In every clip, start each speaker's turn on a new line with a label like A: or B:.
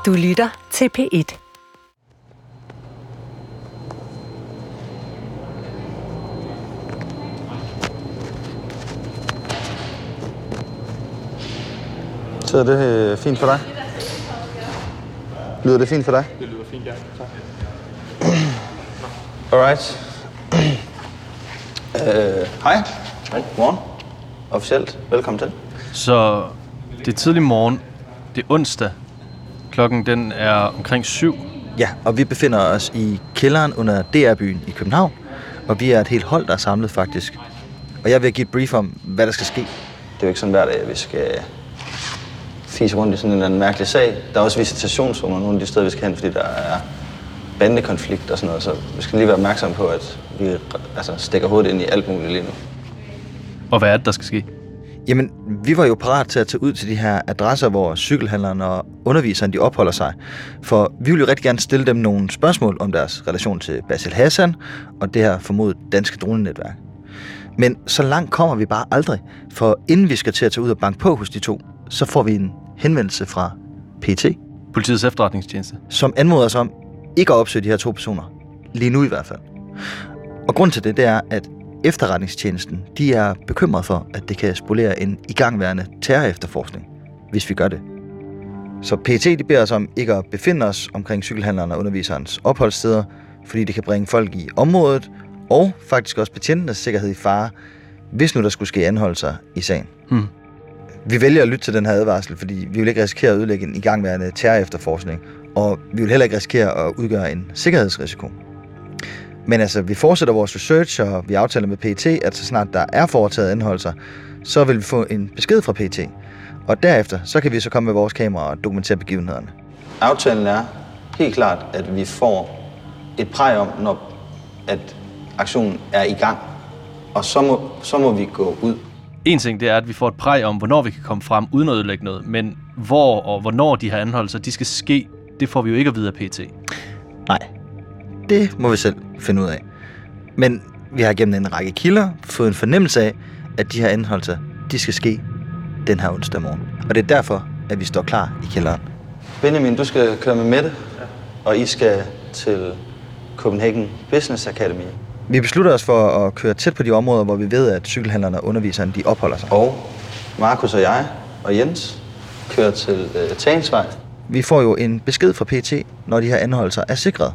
A: Du lytter til P1.
B: Så er det fint for dig? Lyder det fint for dig?
C: Det lyder fint, ja. Tak.
B: Alright. Hej. Godmorgen. Officielt. Velkommen til.
C: Så det er tidlig morgen. Det er onsdag. Klokken den er omkring 7.
D: Ja, og vi befinder os i kælderen under DR-byen i København. Og vi er et helt hold, der er samlet faktisk. Og jeg vil give et brief om, hvad der skal ske.
B: Det er jo ikke sådan hver dag, at vi skal fise rundt i sådan en mærkelig sag. Der er også visitationszoner nogle af de steder, vi skal hen, fordi der er bandekonflikt og sådan noget. Så vi skal lige være opmærksomme på, at vi stikker hovedet ind i alt muligt lige nu.
C: Og hvad er det, der skal ske?
D: Jamen, vi var jo parat til at tage ud til de her adresser, hvor cykelhandlerne og underviserne de opholder sig. For vi ville jo rigtig gerne stille dem nogle spørgsmål om deres relation til Basil Hassan og det her formodet danske dronenetværk. Men så langt kommer vi bare aldrig, for inden vi skal til at tage ud og banke på hos de to, så får vi en henvendelse fra PET,
C: Politiets efterretningstjeneste.
D: som anmoder os om ikke at opsøge de her to personer. Lige nu i hvert fald. Og grund til det er, at efterretningstjenesten de er bekymret for, at det kan spolere en igangværende terrorefterforskning, hvis vi gør det. Så PET de beder os om ikke at befinde os omkring cykelhandleren og underviserens opholdssteder, fordi det kan bringe folk i området, og faktisk også betjentenes sikkerhed i fare, hvis nu der skulle ske anholdelser i sagen. Vi vælger at lytte til den her advarsel, fordi vi vil ikke risikere at ødelægge en igangværende terrorefterforskning, og vi vil heller ikke risikere at udgøre en sikkerhedsrisiko. Men altså, vi fortsætter vores research, og vi aftaler med PET, at så snart der er foretaget anholdelser, så vil vi få en besked fra PET. Og derefter, så kan vi så komme med vores kamera og dokumentere begivenhederne.
B: Aftalen er helt klart, at vi får et præg om, når at aktionen er i gang. Og så må vi gå ud.
C: En ting det er, at vi får et præg om, hvornår vi kan komme frem uden at ødelægge noget. Men hvor og hvornår de her anholdelser de skal ske, det får vi jo ikke at vide af PET.
D: Nej, det må vi selv finde ud af. Men vi har gennem en række kilder fået en fornemmelse af, at de her anholdelser, de skal ske den her onsdag morgen. Og det er derfor, at vi står klar i kælderen.
B: Benjamin, du skal køre med Mette, og I skal til Copenhagen Business Academy.
D: Vi beslutter os for at køre tæt på de områder, hvor vi ved, at cykelhandlerne og underviserne de opholder sig.
B: Og Markus og jeg og Jens kører til Tagensvej.
D: Vi får jo en besked fra PET, når de her anholdelser er sikret.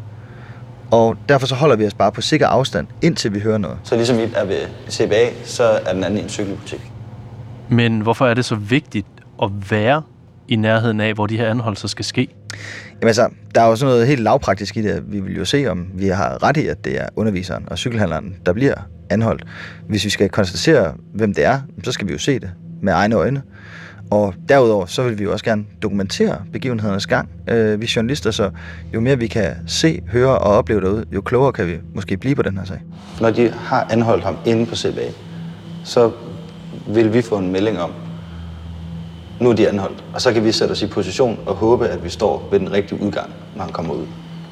D: Og derfor så holder vi os bare på sikker afstand, indtil vi hører noget.
B: Så ligesom vi er ved CBA, så er den anden i en cykelbutik.
C: Men hvorfor er det så vigtigt at være i nærheden af, hvor de her anholdelser skal ske?
D: Jamen altså, der er jo sådan noget helt lavpraktisk i det. Vi vil jo se, om vi har ret i, at det er underviseren og cykelhandleren, der bliver anholdt. Hvis vi skal konstatere, hvem det er, så skal vi jo se det med egne øjne. Og derudover, så vil vi jo også gerne dokumentere begivenhedernes gang. Vi er journalister, så jo mere vi kan se, høre og opleve derude, jo klogere kan vi måske blive på den her sag.
B: Når de har anholdt ham inde på CBA, så vil vi få en melding om, nu er de anholdt. Og så kan vi sætte os i position og håbe, at vi står ved den rigtige udgang, når han kommer ud.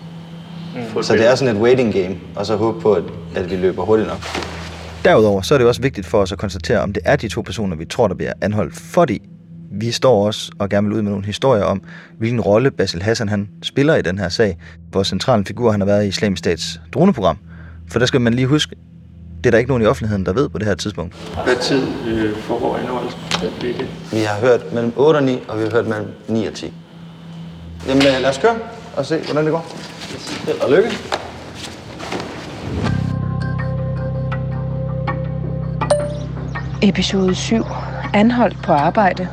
B: Så det er sådan et waiting game, og så håbe på, at vi løber hurtigt nok.
D: Derudover, så er det også vigtigt for os at konstatere, om det er de to personer, vi tror, der bliver anholdt, fordi vi står også og gerne vil ud med nogle historier om, hvilken rolle Basil Hassan han spiller i den her sag, hvor central figur han har været i Islamisk Stats droneprogram. For der skal man lige huske, det er der ikke nogen i offentligheden, der ved på det her tidspunkt.
E: Hvad tid foregår anholdelsen?
B: Vi har hørt mellem 8 og 9, og vi har hørt mellem 9 og 10. Jamen lad os køre og se, hvordan det går. Held og lykke.
A: Episode 7. Anholdt på arbejde.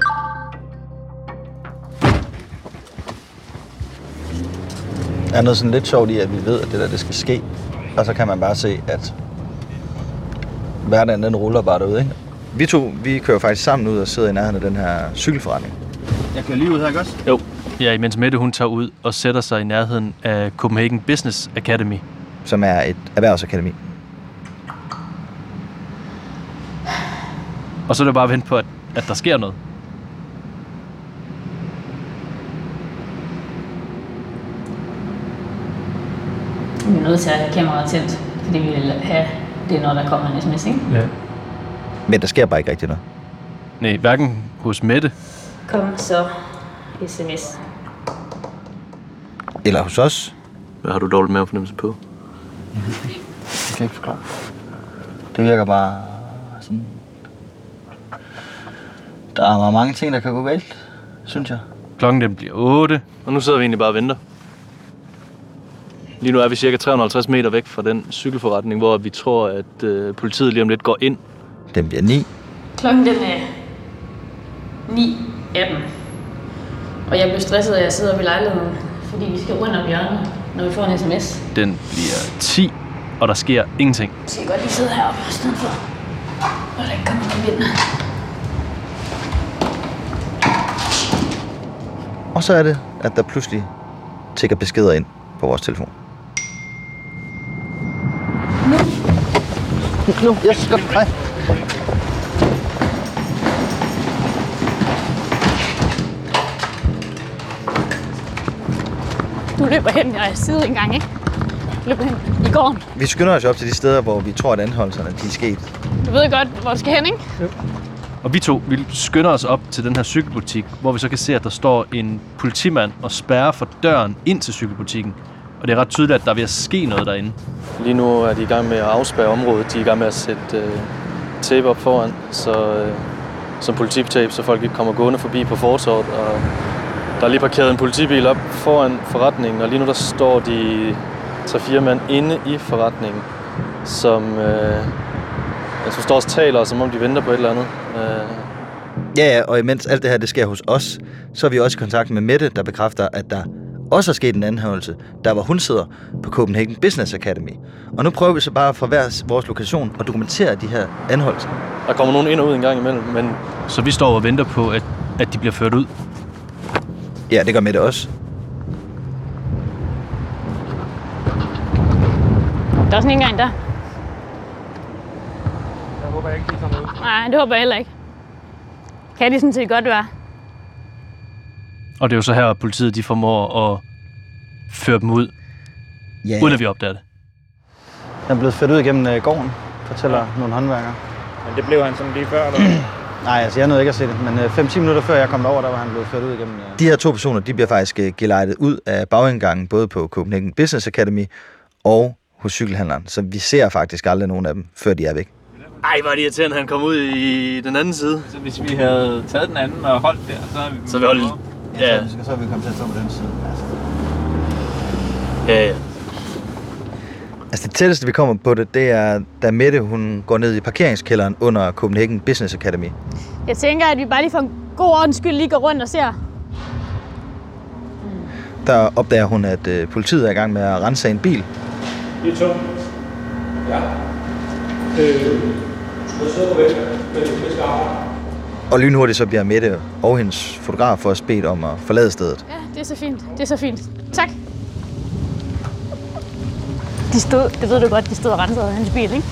D: Der er noget sådan lidt sjovt i, at vi ved, at det der det skal ske. Og så kan man bare se, at hverdagen den ruller bare derude, ikke? Vi kører faktisk sammen ud og sidder i nærheden af den her cykelforretning.
B: Jeg kører lige ud her, ikke også?
C: Jo. Ja, imens Mette hun tager ud og sætter sig i nærheden af Copenhagen Business Academy.
D: Som er et erhvervsakademi.
C: Og så er det bare at vente på, at der sker noget.
F: Vi er nødt til at have kameraet tændt, fordi vi vil have det, når der kommer en sms, ikke?
C: Ja.
D: Men der sker bare ikke rigtig noget.
C: Nej, hverken hos Mette.
F: Kom så, sms.
D: Eller hos os.
C: Hvad har du dårligt med at fornemmelse på?
D: Det kan ikke forklare. Det virker bare sådan... Der er mange ting, der kan gå galt, synes jeg.
C: Klokken den bliver 8, og nu sidder vi egentlig bare og venter. Lige nu er vi cirka 350 meter væk fra den cykelforretning, hvor vi tror, at politiet lige om lidt går ind.
D: Den bliver 9.
F: Klokken den er 9:18. Og jeg bliver stresset, at jeg sidder ved lejligheden, fordi vi skal rundt om hjørnet, når vi får en sms.
C: Den bliver 10, og der sker ingenting.
F: Så jeg kan godt lige sidde heroppe i stedet for, hvor der ikke kommer nogen vind.
D: Og så er det, at der pludselig tikker beskeder ind på vores telefon. Nu, yes, godt, hej.
G: Du løber hen, jeg sidder ikke engang, ikke? Løber hen i gården.
D: Vi skynder os op til de steder, hvor vi tror, at anholdelserne de er sket.
G: Du ved godt, hvor du skal hen, ikke?
C: Jo. Og vi to, vi skynder os op til den her cykelbutik, hvor vi så kan se, at der står en politimand og spærrer for døren ind til cykelbutikken. Og det er ret tydeligt, at der er ved at ske noget derinde. Lige nu er de i gang med at afspærre området. De er i gang med at sætte tape op foran, som polititape, så folk ikke kommer gående forbi på fortovet. Og der er lige parkeret en politibil op foran forretningen, og lige nu der står de 3-4 mand inde i forretningen, som står og taler, som om de venter på et eller andet.
D: Ja, og imens alt det her det sker hos os, så er vi også i kontakt med Mette, der bekræfter, at der også er sket en anholdelse, der hvor hun sidder på Copenhagen Business Academy. Og nu prøver vi så bare fra hver vores lokation at dokumentere de her anholdelser.
C: Der kommer nogen ind og ud en gang imellem, men så vi står og venter på, at de bliver ført ud.
D: Ja, det gør Mette også.
G: Der er sådan en gang der.
E: Jeg håber ikke, de kommer ud.
G: Nej, det håber jeg heller ikke. Kan de sådan set godt være.
C: Og det er jo så her, at politiet de formår at føre dem ud, uden at vi opdager det.
B: Han er blevet ført ud igennem gården, fortæller nogle håndværkere.
E: Men det blev han sådan lige før, eller?
B: Nej, altså jeg nåede ikke at se det, men 5-10 minutter før jeg kom derover, der var han blevet ført ud igennem...
D: De her 2 personer, de bliver faktisk gelejtet ud af bagindgangen, både på Copenhagen Business Academy og hos cykelhandleren. Så vi ser faktisk aldrig nogen af dem, før de er væk.
C: Ej, hvor er det irriterende, han kom ud i den anden side.
E: Så hvis vi havde taget den anden og holdt der, så havde vi...
C: Så vi holdt... Ja.
B: Så er vi kommet til at stå på den side.
C: Ja.
D: Altså det tætteste, vi kommer på det, det er, da Mette hun går ned i parkeringskælderen under Copenhagen Business Academy.
G: Jeg tænker, at vi bare lige for en god ordens skyld lige går rundt og ser.
D: Der opdager hun, at politiet er i gang med at rense en bil.
E: Det er 2. Ja. Du sidder på venstre, men du skal arbejde.
D: Og lynhurtigt så bliver Mette og hendes fotograf også bedt om at forlade stedet.
G: Ja, det er så fint. Det er så fint. Tak. De stod, det ved du godt, de stod og rensede hans bil, ikke?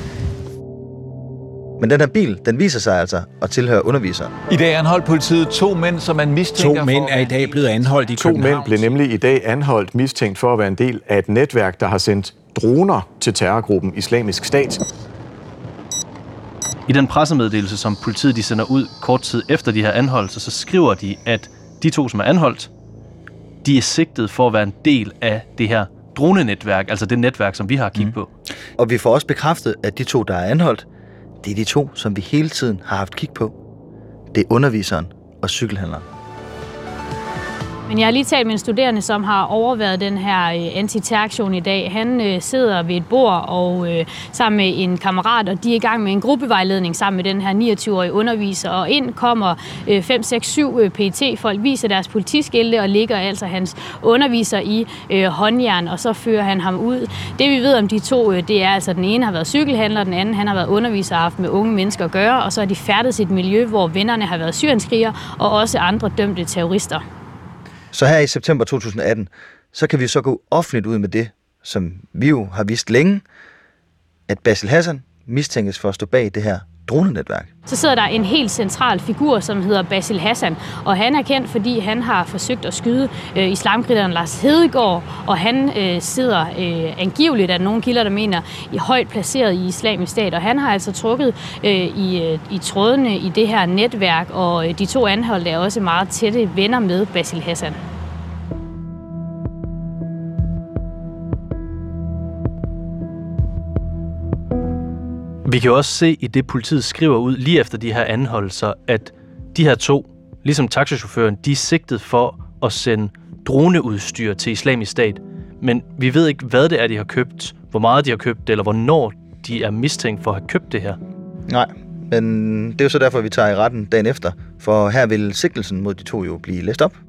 D: Men den her bil, den viser sig altså at tilhøre underviseren.
H: I dag anholdt politiet 2 mænd, som man mistænker.
I: 2 mænd er i dag blevet anholdt i København.
J: 2 mænd blev nemlig i dag anholdt mistænkt for at være en del af et netværk, der har sendt droner til terrorgruppen Islamisk Stat.
C: I den pressemeddelelse, som politiet de sender ud kort tid efter de her anholdelser, så skriver de, at de 2, som er anholdt, de er sigtet for at være en del af det her dronenetværk, altså det netværk, som vi har kigget på.
D: Og vi får også bekræftet, at de 2, der er anholdt, det er de 2, som vi hele tiden har haft kig på. Det er underviseren og cykelhandleren.
G: Men jeg har lige talt med en studerende, som har overværet den her antiterroraktion i dag. Han sidder ved et bord og sammen med en kammerat, og de er i gang med en gruppevejledning sammen med den her 29-årige underviser. Og ind kommer 5, 6, 7 PET-folk, viser deres politiskilte og ligger altså hans underviser i håndjern, og så fører han ham ud. Det vi ved om de 2, det er altså, den ene har været cykelhandler, den anden han har været underviser og haft med unge mennesker at gøre, og så har de færdet sit miljø, hvor vennerne har været syrienskrigere og også andre dømte terrorister.
D: Så her i september 2018, så kan vi så gå offentligt ud med det, som vi jo har vidst længe, at Basil Hassan mistænkes for at stå bag det her dronenetværk.
G: Så sidder der en helt central figur, som hedder Basil Hassan, og han er kendt, fordi han har forsøgt at skyde islamkrigeren Lars Hedegaard, og han sidder angiveligt af nogle kilder, der mener, i højt placeret i Islamisk Stat, og han har altså trukket i trådene i det her netværk, og de 2 anholdte er også meget tætte venner med Basil Hassan.
C: Vi kan jo også se i det, politiet skriver ud lige efter de her anholdelser, at de her to, ligesom taxachaufføren, de er sigtet for at sende droneudstyr til Islamisk Stat. Men vi ved ikke, hvad det er, de har købt, hvor meget de har købt, eller hvornår de er mistænkt for at have købt det her.
D: Nej, men det er jo så derfor, vi tager i retten dagen efter, for her vil sigtelsen mod de to jo blive læst op.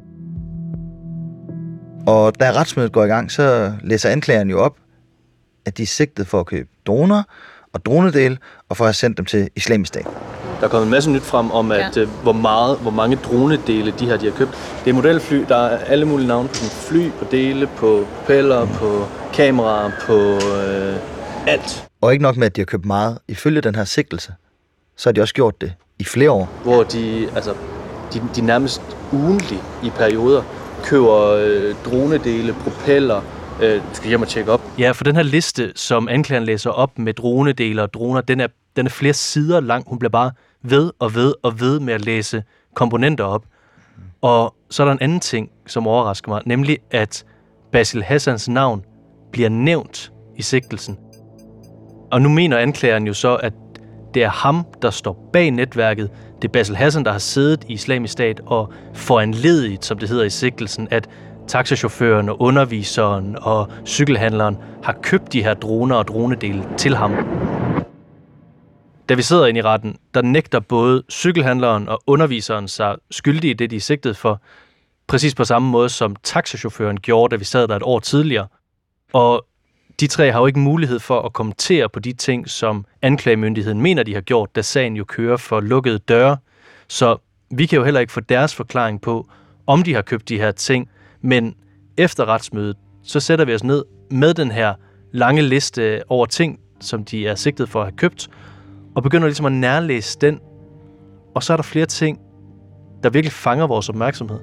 D: Og da retsmødet går i gang, så læser anklageren jo op, at de er sigtet for at købe droner og dronedele, og for at have sendt dem til Islamisk Stat.
C: Der er kommet en masse nyt frem om, at hvor mange dronedele de har købt. Det er modelfly, der er alle mulige navne på fly, på dele, på propeller, på kameraer, på alt.
D: Og ikke nok med, at de har købt meget. Ifølge den her sigtelse, så har de også gjort det i flere år.
C: Hvor de nærmest ugentligt i perioder køber dronedele, propeller. Du skal hjem og tjekke op. Ja, for den her liste, som anklageren læser op med dronedele og droner, den er flere sider lang. Hun bliver bare ved med at læse komponenter op. Og så er der en anden ting, som overrasker mig, nemlig at Basil Hassans navn bliver nævnt i sigtelsen. Og nu mener anklageren jo så, at det er ham, der står bag netværket. Det er Basil Hassan, der har siddet i Islamisk Stat og foranlediget, som det hedder i sigtelsen, at taxachaufføren og underviseren og cykelhandleren har købt de her droner og dronedele til ham. Da vi sidder inde i retten, der nægter både cykelhandleren og underviseren sig skyldige i det, de er sigtet for, præcis på samme måde som taxachaufføren gjorde, da vi sad der et år tidligere. Og de tre har jo ikke mulighed for at kommentere på de ting, som anklagemyndigheden mener, de har gjort, da sagen jo kører for lukkede døre. Så vi kan jo heller ikke få deres forklaring på, om de har købt de her ting. Men efter retsmødet, så sætter vi os ned med den her lange liste over ting, som de er sigtet for at have købt, og begynder ligesom at nærlæse den. Og så er der flere ting, der virkelig fanger vores opmærksomhed.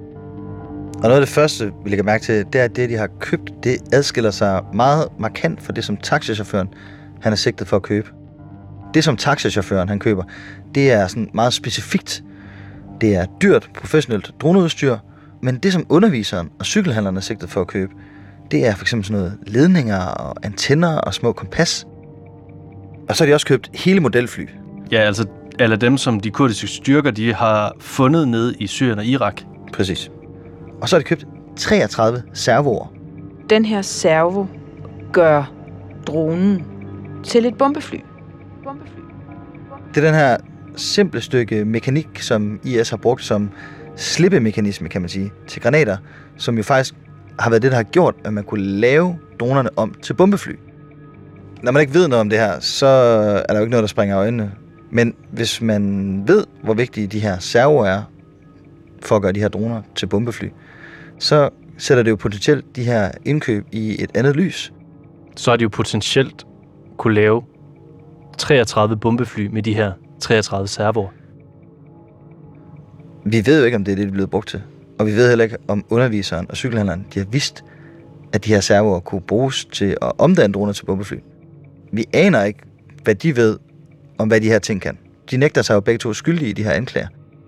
D: Og noget af det første, vi lægger mærke til, det er, at det, de har købt, det adskiller sig meget markant fra det, som taxachaufføren han er sigtet for at købe. Det, som taxachaufføren han køber, det er sådan meget specifikt. Det er dyrt, professionelt droneudstyr, men det, som underviseren og cykelhandleren er sigtet for at købe, det er for eksempel sådan noget ledninger og antenner og små kompas. Og så har de også købt hele modelfly.
C: Ja, altså alle dem, som de kurdiske styrker, de har fundet nede i Syrien og Irak.
D: Præcis. Og så har de købt 33 servoer.
A: Den her servo gør dronen til et bombefly.
D: Det er den her simple stykke mekanik, som IS har brugt som slippemekanisme, kan man sige, til granater, som jo faktisk har været det, der har gjort, at man kunne lave dronerne om til bombefly. Når man ikke ved noget om det her, så er der jo ikke noget, der springer af øjnene. Men hvis man ved, hvor vigtige de her servoer er for at gøre de her droner til bombefly, så sætter det jo potentielt de her indkøb i et andet lys.
C: Så er det jo potentielt kunne lave 33 bombefly med de her 33 servoer.
D: Vi ved jo ikke, om det er det, de er blevet brugt til. Og vi ved heller ikke, om underviseren og cykelhandleren, de har vidst, at de her servoer kunne bruges til at omdanne droner til bombefly. Vi aner ikke, hvad de ved om, hvad de her ting kan. De nægter sig jo begge to skyldige i de her anklager.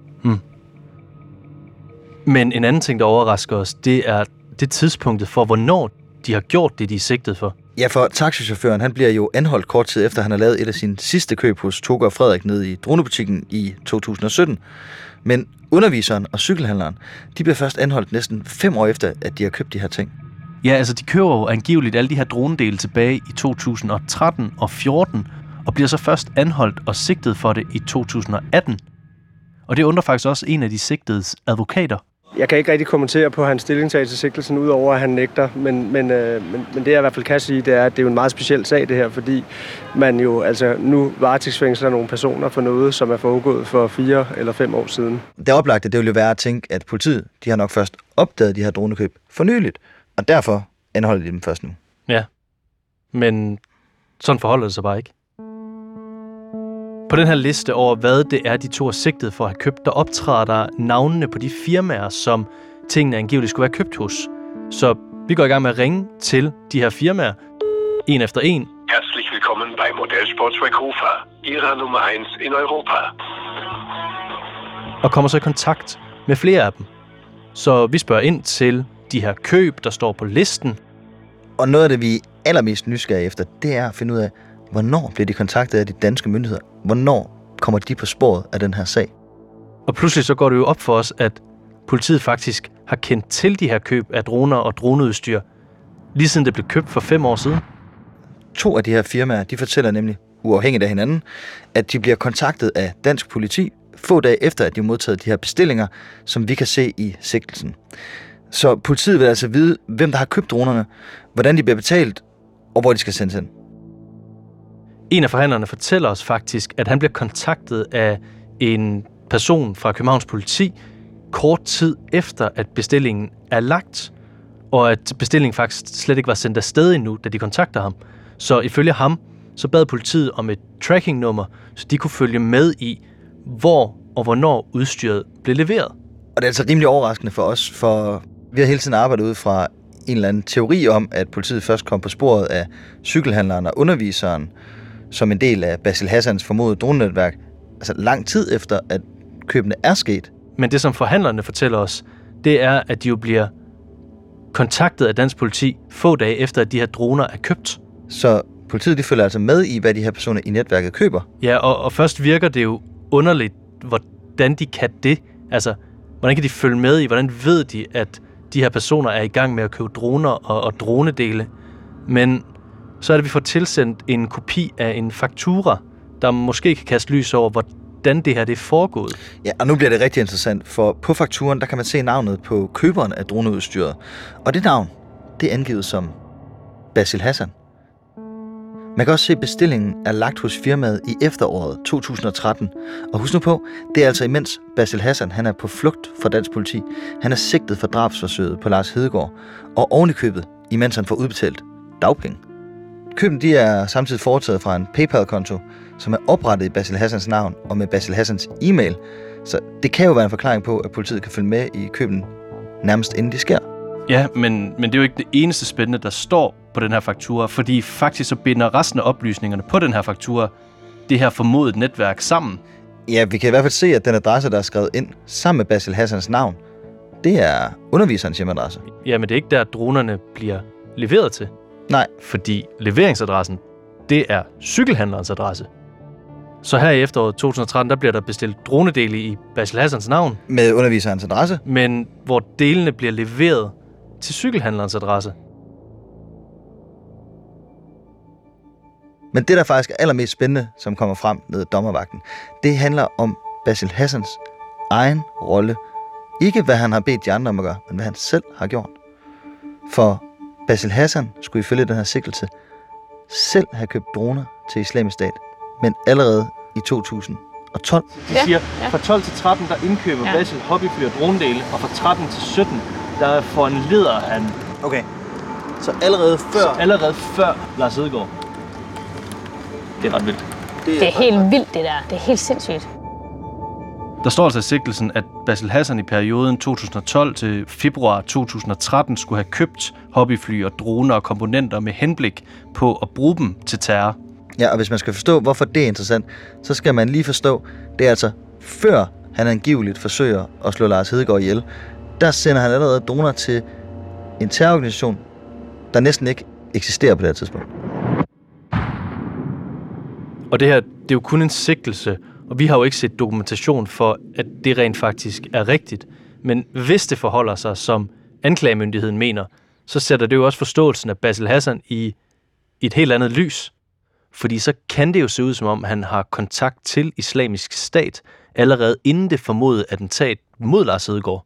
C: Men en anden ting, der overrasker os, det er det tidspunktet for, hvornår de har gjort det, de er sigtet for.
D: Ja, for taxichaufføren, han bliver jo anholdt kort tid efter, han har lavet et af sine sidste køb hos Toga og Frederik nede i dronebutikken i 2017. Men underviseren og cykelhandleren, de bliver først anholdt næsten 5 år efter, at de har købt de her ting.
C: Ja, altså de køber jo angiveligt alle de her dronedele tilbage i 2013 og 14, og bliver så først anholdt og sigtet for det i 2018. Og det undrer faktisk også en af de sigtedes advokater.
K: Jeg kan ikke rigtig kommentere på hans stillingtagelse til sigtelsen, udover at han nægter. Men det jeg i hvert fald kan sige, det er, at det er jo en meget speciel sag, det her, fordi man jo altså nu varetægtsfængsler nogle personer for noget, som er foregået for 4 eller 5 år siden.
D: Det oplagte, det vil jo være at tænke, at politiet, de har nok først opdaget de her dronekøb for nyligt, og derfor anholder de dem først nu.
C: Ja, men sådan forholder det sig bare ikke. På den her liste over, hvad det er, de to er sigtet for at have købt, der optræder der navnene på de firmaer, som tingene angiveligt skulle være købt hos. Så vi går i gang med at ringe til de her firmaer, en efter en.
L: Herzlich willkommen bei Modellsportswerk Hofer, Ihrer Nummer 1 in Europa.
C: Og kommer så i kontakt med flere af dem. Så vi spørger ind til de her køb, der står på listen.
D: Og noget af det, vi er allermest nysgerrige efter, det er at finde ud af, Hvornår bliver de kontaktet af de danske myndigheder? Hvornår kommer de på sporet af den her sag?
C: Og pludselig så går det jo op for os, at politiet faktisk har kendt til de her køb af droner og droneudstyr, lige siden det blev købt for 5 år siden.
D: 2 af de her firmaer, de fortæller nemlig, uafhængigt af hinanden, at de bliver kontaktet af dansk politi få dage efter, at de har modtaget de her bestillinger, som vi kan se i sigtelsen. Så politiet vil altså vide, hvem der har købt dronerne, hvordan de bliver betalt, og hvor de skal sendes hen.
C: En af forhandlerne fortæller os faktisk, at han bliver kontaktet af en person fra Københavns politi kort tid efter, at bestillingen er lagt, og at bestillingen faktisk slet ikke var sendt afsted endnu, da de kontakter ham. Så ifølge ham, så bad politiet om et tracking-nummer, så de kunne følge med i, hvor og hvornår udstyret blev leveret.
D: Og det er altså rimelig overraskende for os, for vi har hele tiden arbejdet ud fra en eller anden teori om, at politiet først kom på sporet af cykelhandleren og underviseren som en del af Basil Hassans formodede dronenetværk, altså lang tid efter, at købene er sket.
C: Men det, som forhandlerne fortæller os, det er, at de jo bliver kontaktet af dansk politi få dage efter, at de her droner er købt.
D: Så politiet de følger altså med i, hvad de her personer i netværket køber?
C: Ja, og først virker det jo underligt, hvordan de kan det. Altså, hvordan kan de følge med i, hvordan ved de, at de her personer er i gang med at købe droner og dronedele. Men så er det, vi får tilsendt en kopi af en faktura, der måske kan kaste lys over, hvordan det her det er foregået.
D: Ja, og nu bliver det rigtig interessant, for på fakturen, der kan man se navnet på køberen af droneudstyret. Og det navn, det er angivet som Basil Hassan. Man kan også se, at bestillingen er lagt hos firmaet i efteråret 2013. Og husk nu på, det er altså imens Basil Hassan han er på flugt fra dansk politi. Han er sigtet for drabsforsøget på Lars Hedegaard, og oven i købet, imens han får udbetalt dagpenge. Køben de er samtidig foretaget fra en PayPal-konto, som er oprettet i Basil Hassans navn og med Basil Hassans e-mail. Så det kan jo være en forklaring på, at politiet kan følge med i køben nærmest inden de sker.
C: Ja, men det er jo ikke det eneste spændende, der står på den her faktura, fordi faktisk så binder resten af oplysningerne på den her faktura det her formodet netværk sammen.
D: Ja, vi kan i hvert fald se, at den adresse, der er skrevet ind sammen med Basil Hassans navn, det er underviserens hjemmeadresse.
C: Ja, men det er ikke der, dronerne bliver leveret til.
D: Nej.
C: Fordi leveringsadressen, det er cykelhandlerens adresse. Så her i efteråret 2013, der bliver der bestilt dronedele i Basil Hassans navn.
D: Med underviserens adresse.
C: Men hvor delene bliver leveret til cykelhandlerens adresse.
D: Men det, der faktisk er allermest spændende, som kommer frem ned ad dommervagten, det handler om Basil Hassans egen rolle. Ikke hvad han har bedt de andre om at gøre, men hvad han selv har gjort. For Basil Hassan skulle ifølge den her sigtelse selv have købt droner til Islamisk Stat, men allerede i 2012.
C: De siger, fra 12 til 13, der indkøber Basil hobbyfly og dronedele, og fra 13 til 17, der foranleder han...
D: Okay, så allerede
C: før Lars Hedegaard. Det er ret vildt.
G: Det er helt vildt, det der. Det er helt sindssygt.
C: Der står altså i sigtelsen, at Basil Hassan i perioden 2012 til februar 2013 skulle have købt hobbyfly og droner og komponenter med henblik på at bruge dem til terror.
D: Ja, og hvis man skal forstå, hvorfor det er interessant, så skal man lige forstå, det er altså før han angiveligt forsøger at slå Lars Hedegaard ihjel, der sender han allerede droner til en terrororganisation, der næsten ikke eksisterer på det her tidspunkt.
C: Og det her, det er jo kun en sigtelse, og vi har jo ikke set dokumentation for, at det rent faktisk er rigtigt. Men hvis det forholder sig, som anklagemyndigheden mener, så sætter det jo også forståelsen af Basil Hassan i et helt andet lys. Fordi så kan det jo se ud, som om han har kontakt til Islamisk Stat, allerede inden det formodede attentat mod Lars Hedegaard.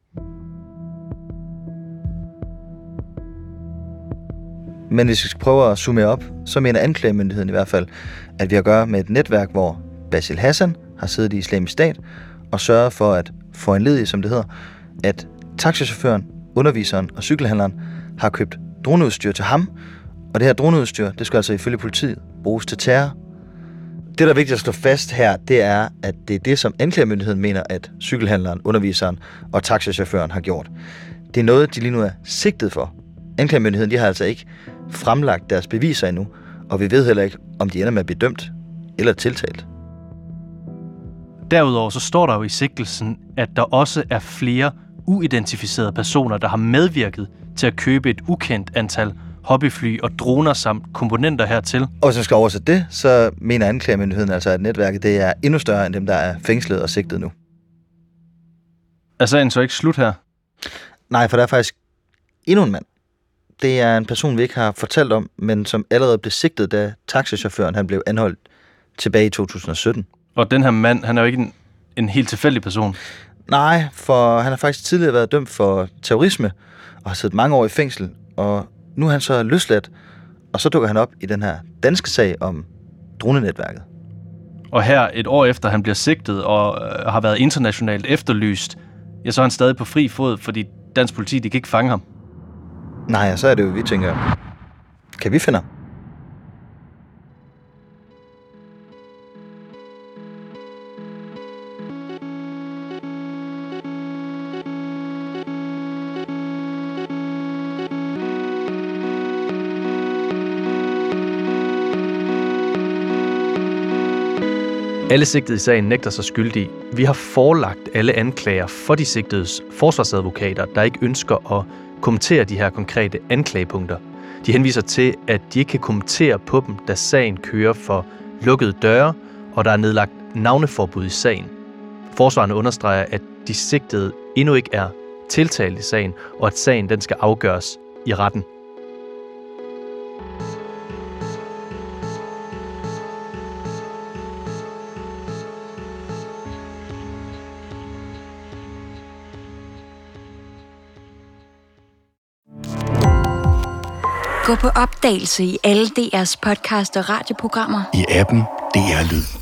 D: Men hvis vi skal prøve at summere op, så mener anklagemyndigheden i hvert fald, at vi har at gøre med et netværk, hvor Basil Hassan har siddet i Islamisk Stat og sørget for at foranledige, som det hedder, at taxichaufføren, underviseren og cykelhandleren har købt droneudstyr til ham, og det her droneudstyr, det skal altså ifølge politiet bruges til terror. Det, der er vigtigt at slå fast her, det er, at det er det, som anklagemyndigheden mener, at cykelhandleren, underviseren og taxichaufføren har gjort. Det er noget, de lige nu er sigtet for. Anklagemyndigheden, de har altså ikke fremlagt deres beviser endnu, og vi ved heller ikke, om de ender med at blive dømt eller tiltalt.
C: Derudover så står der jo i sigtelsen, at der også er flere uidentificerede personer, der har medvirket til at købe et ukendt antal hobbyfly og droner samt komponenter hertil.
D: Og hvis man skal oversætte det, så mener anklagemyndigheden altså, at netværket det er endnu større end dem, der er fængslet og sigtet nu.
C: Er sagen så ikke slut her?
D: Nej, for der er faktisk endnu en mand. Det er en person, vi ikke har fortalt om, men som allerede blev sigtet, da taxichaufføren han blev anholdt tilbage i 2017.
C: Og den her mand, han er jo ikke en helt tilfældig person.
D: Nej, for han har faktisk tidligere været dømt for terrorisme og har siddet mange år i fængsel, og nu er han så løsladt, og så dukker han op i den her danske sag om dronenetværket.
C: Og her, et år efter han bliver sigtet og har været internationalt efterlyst, ja, så er han stadig på fri fod, fordi dansk politi, de kan ikke fange ham.
D: Nej, og så er det jo, vi tænker, kan vi finde ham?
C: Alle sigtede i sagen nægter sig skyldige. Vi har forelagt alle anklager for de sigtedes forsvarsadvokater, der ikke ønsker at kommentere de her konkrete anklagepunkter. De henviser til, at de ikke kan kommentere på dem, da sagen kører for lukkede døre, og der er nedlagt navneforbud i sagen. Forsvarerne understreger, at de sigtede endnu ikke er tiltalt i sagen, og at sagen den skal afgøres i retten.
M: Gå på opdagelse i alle DR's podcast og radioprogrammer.
N: I appen DR Lyd.